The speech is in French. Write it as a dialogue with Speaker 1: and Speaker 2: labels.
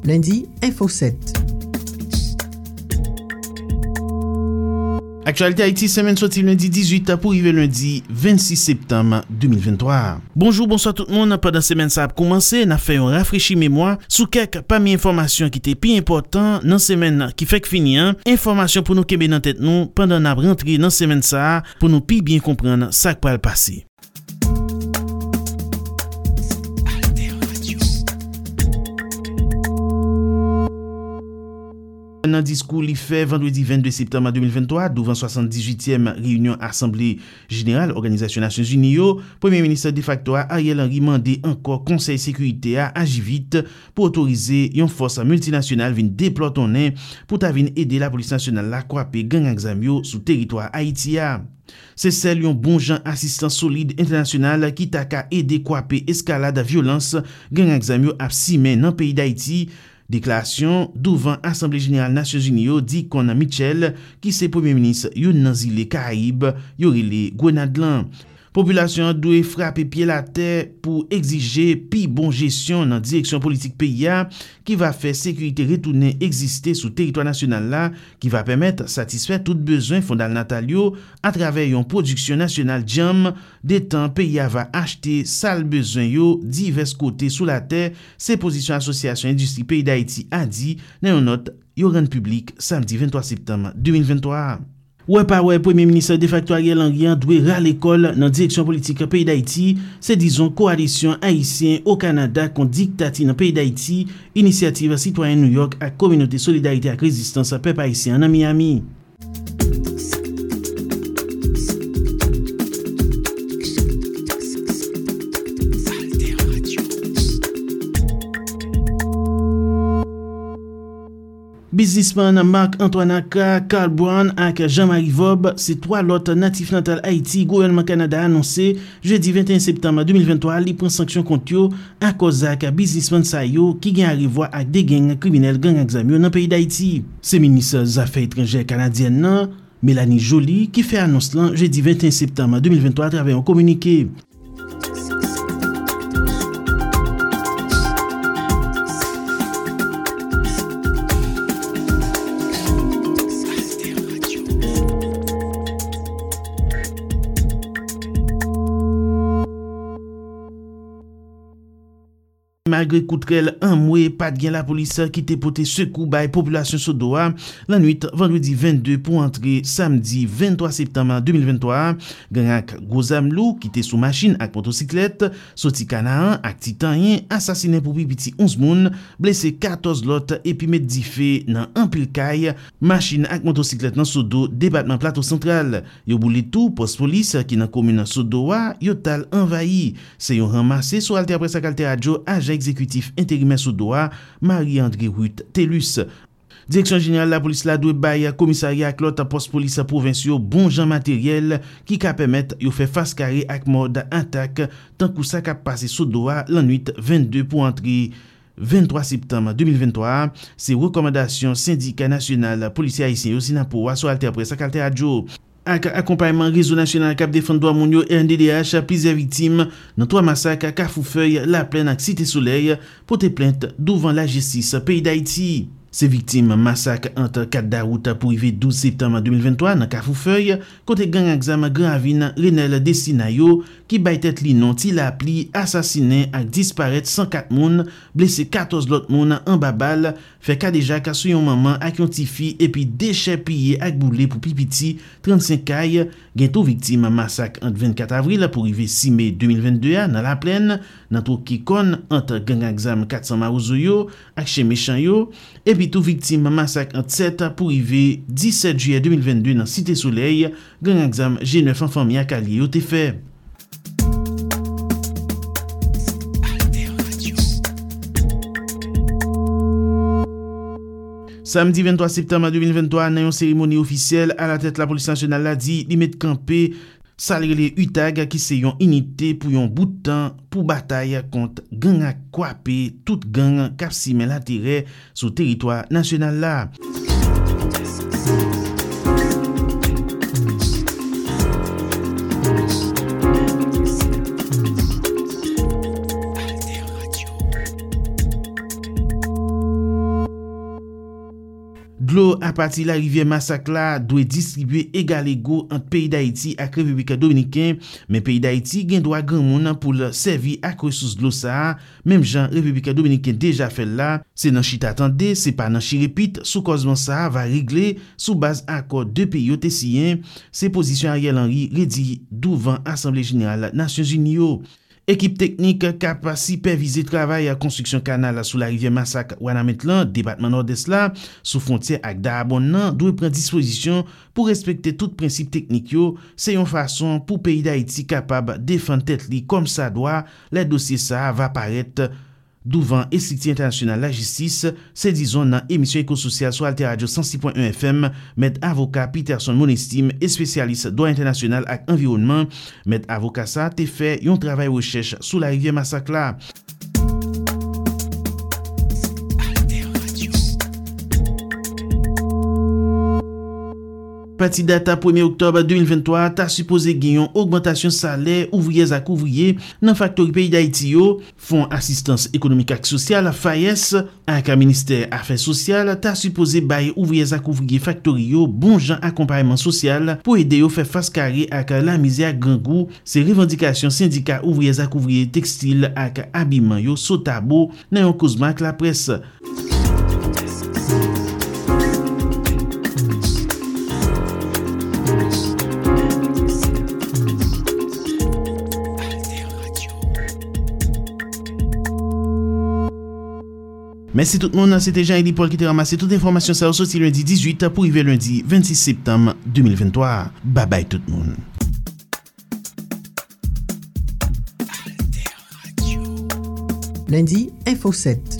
Speaker 1: Lundi, Info 7.
Speaker 2: Actualité Haïti, semaine sortie lundi 18 pour arriver lundi 26 septembre 2023. Bonjour, bonsoir tout le monde. Pendant semaine ça a commencé, n'a fait un rafraîchi mémoire sous quelques parmi informations qui étaient plus importantes dans semaine qui fait que finir. Information pour nous kembe dans tête nous pendant n'a rentré dans semaine ça pour nous plus bien comprendre ça qui va le passer. Dans discours li fait vendredi 22 septembre 2023 devant 78e réunion Assemblée Générale Organisation Nations Unies, Premier ministre de facto Ariel Henry mandé encore Conseil sécurité à agir vite pour autoriser une force multinationale vinn déployer pour ta vinn aider la police nationale la kwape gang examio sous territoire haïtien. C'est celle yon bon jan assistance solide international qui t'a ka aider kwape escalade violence gang examio ap simen dans pays d'Haïti. Déclaration devant Assemblée Générale Nations Unies dit qu'on a Michel qui c'est premier ministre yon nan zile Caraïbes yorele Grenade lan. Population doit frapper pied la terre pour exiger pi bon gestion dans direction politique pays qui va faire sécurité retourner exister sur territoire national là qui va permettre satisfaire tout besoin fondal natalio à travers une production nationale jam des temps pays va acheter sale besoin yo divers côtés sous la terre. C'est position association industrie pays d'Haïti a dit dans une note yo rend public samedi 23 septembre 2023. Ouais pas ouais premier ministre de facto Ariel Henry doit râler l'école dans direction politique pays d'Haïti, c'est disons coalition haïtien au Canada contre dictature dans pays d'Haïti, initiative citoyenne New York à communauté solidarité avec résistance peuple haïtien dans Miami. Businessman Marc-Antoine Aka, Carl Brown et Jean-Marie Vob, c'est trois autres natifs natal Haïti, gouvernement Canada annoncé jeudi 21 septembre 2023 li prend sanction contre yo à cause de businessman sa yo qui gen arrivé avec des gangs criminels gang examio dans pays d'Haïti. C'est ministre des Affaires étrangères canadienne nan, Mélanie Joly qui fait annonce lan jeudi 21 septembre 2023 à travers un communiqué. Malgré Coutrel en moué, pas de la police qui te porté secours by population Sodoa la nuit vendredi 22 pour entrer samedi 23 septembre 2023. Gang Gozamlou qui te sous machine avec motocyclette, sorti Canaan ak Titanien, assassiné pour pipiti 11 moun, blessé 14 l'autre et puis met difé dans un pile caille, machine avec motocyclette dans Sodo, département Plateau Central. Yo boule tout poste police qui dans commune Sodoa, yo tal envahi. C'est yon ramassé sur Altea Presse Altea Radio agent exécutif intérimaire Sodoa, Marie-André Ruth Tellus. Direction générale la police la doit bailler commissariat ak l'autre poste police provinciaux bon jan matériel qui ka permettre yo faire face carré ak mode attaque tant que ça ka passé Sodoa la nuit 22 pour entrer 23 septembre 2023. C'est recommandation syndicat national policier haïtien aussi na pour sur Altea Presse ak Altea Radio. Ak accompagnement réseau national cap défendre droit moun yo RNDDH plusieurs victimes dans trois massacres à Cafoufeuille, La Plaine ak Cité Soleil porté plainte devant la justice pays d'Haïti. Ces victimes massacre entre 4 d'août pour arriver 12 septembre 2023 dans Cafoufeuille côté gang exam Gravine Renel Destinayo qui bay tête li non ti la pli assassiné ak disparaître 104 moun, blessé 14 l'autre moun en babal, fait ka déjà ka sou yon maman ak yon ti fi et puis déchets pillé ak boulé pour pipiti 35 kay gen tout victime massacre entre 24 avril pour arriver 6 mai 2022 dans La Plaine dans tout ki kon entre gang exam 400 Marouzo ak chez méchant yo et puis tout victime massacre entre 7 pour arriver 17 juillet 2022 dans Cité Soleil gang exam G9 en famille ak allié yo te fait. Samedi 23 septembre 2023, dans une cérémonie officielle à la tête la police nationale a dit li met campé salrele UTAG qui c'est une unité pour un bout de temps pour bataille contre gang à kwape toute gang k'ap simen l'intérêt sur territoire national là. L'eau à partir de la rivière Massacla doit distribuer égal égaux entre pays d'Haïti et République Dominicaine, mais pays d'Haïti gen droit grand monde pour le servir à ressources de l'eau ça, même Jean République Dominicaine déjà fait là, c'est dans chita attendé, c'est pas dans chirépite, sous causement ça va régler sous base accord deux pays otessien, c'est position Ariel Henry redit devant Assemblée générale Nations Unies. Équipe technique cap superviser travail à construction canal sous la rivière Massac Wanametlan, département nord-est là, sous frontière avec Dahab doit prendre disposition pour respecter tout principe technique yo, c'est une façon pour pays d'Haïti capable défendre tête li comme ça doit, les dossiers ça va paraître devant Institut International la Justice, c'est disons dans émission éco-sociale sur Alter Radio 106.1 FM, maître avocat Peterson Monestime et spécialiste droit international et environnement, maître avocat ça te fait un travail recherche sous la rivière Massacla. Parti data 1er octobre 2023, ta supposé gagnon augmentation salaire ouvriers à ouvriers dans factory pays d'Haïti yo, Fonds assistance économique et sociale FAES avec ministère affaires sociales ta supposé bailler ouvriers à ouvriers factory yo bon jan accompagnement social pour aider yo faire face carré avec la misère grand goût, ces revendications syndicats ouvriers à ouvriers textile avec habillement yo sotabo dans un cause marque la presse. Merci tout le monde, c'était Jean-Élie Paul qui t'a ramassé toute l'information ça sorti lundi 18 pour arriver lundi 26 septembre 2023. Bye bye tout le monde.
Speaker 1: Lundi, Info 7.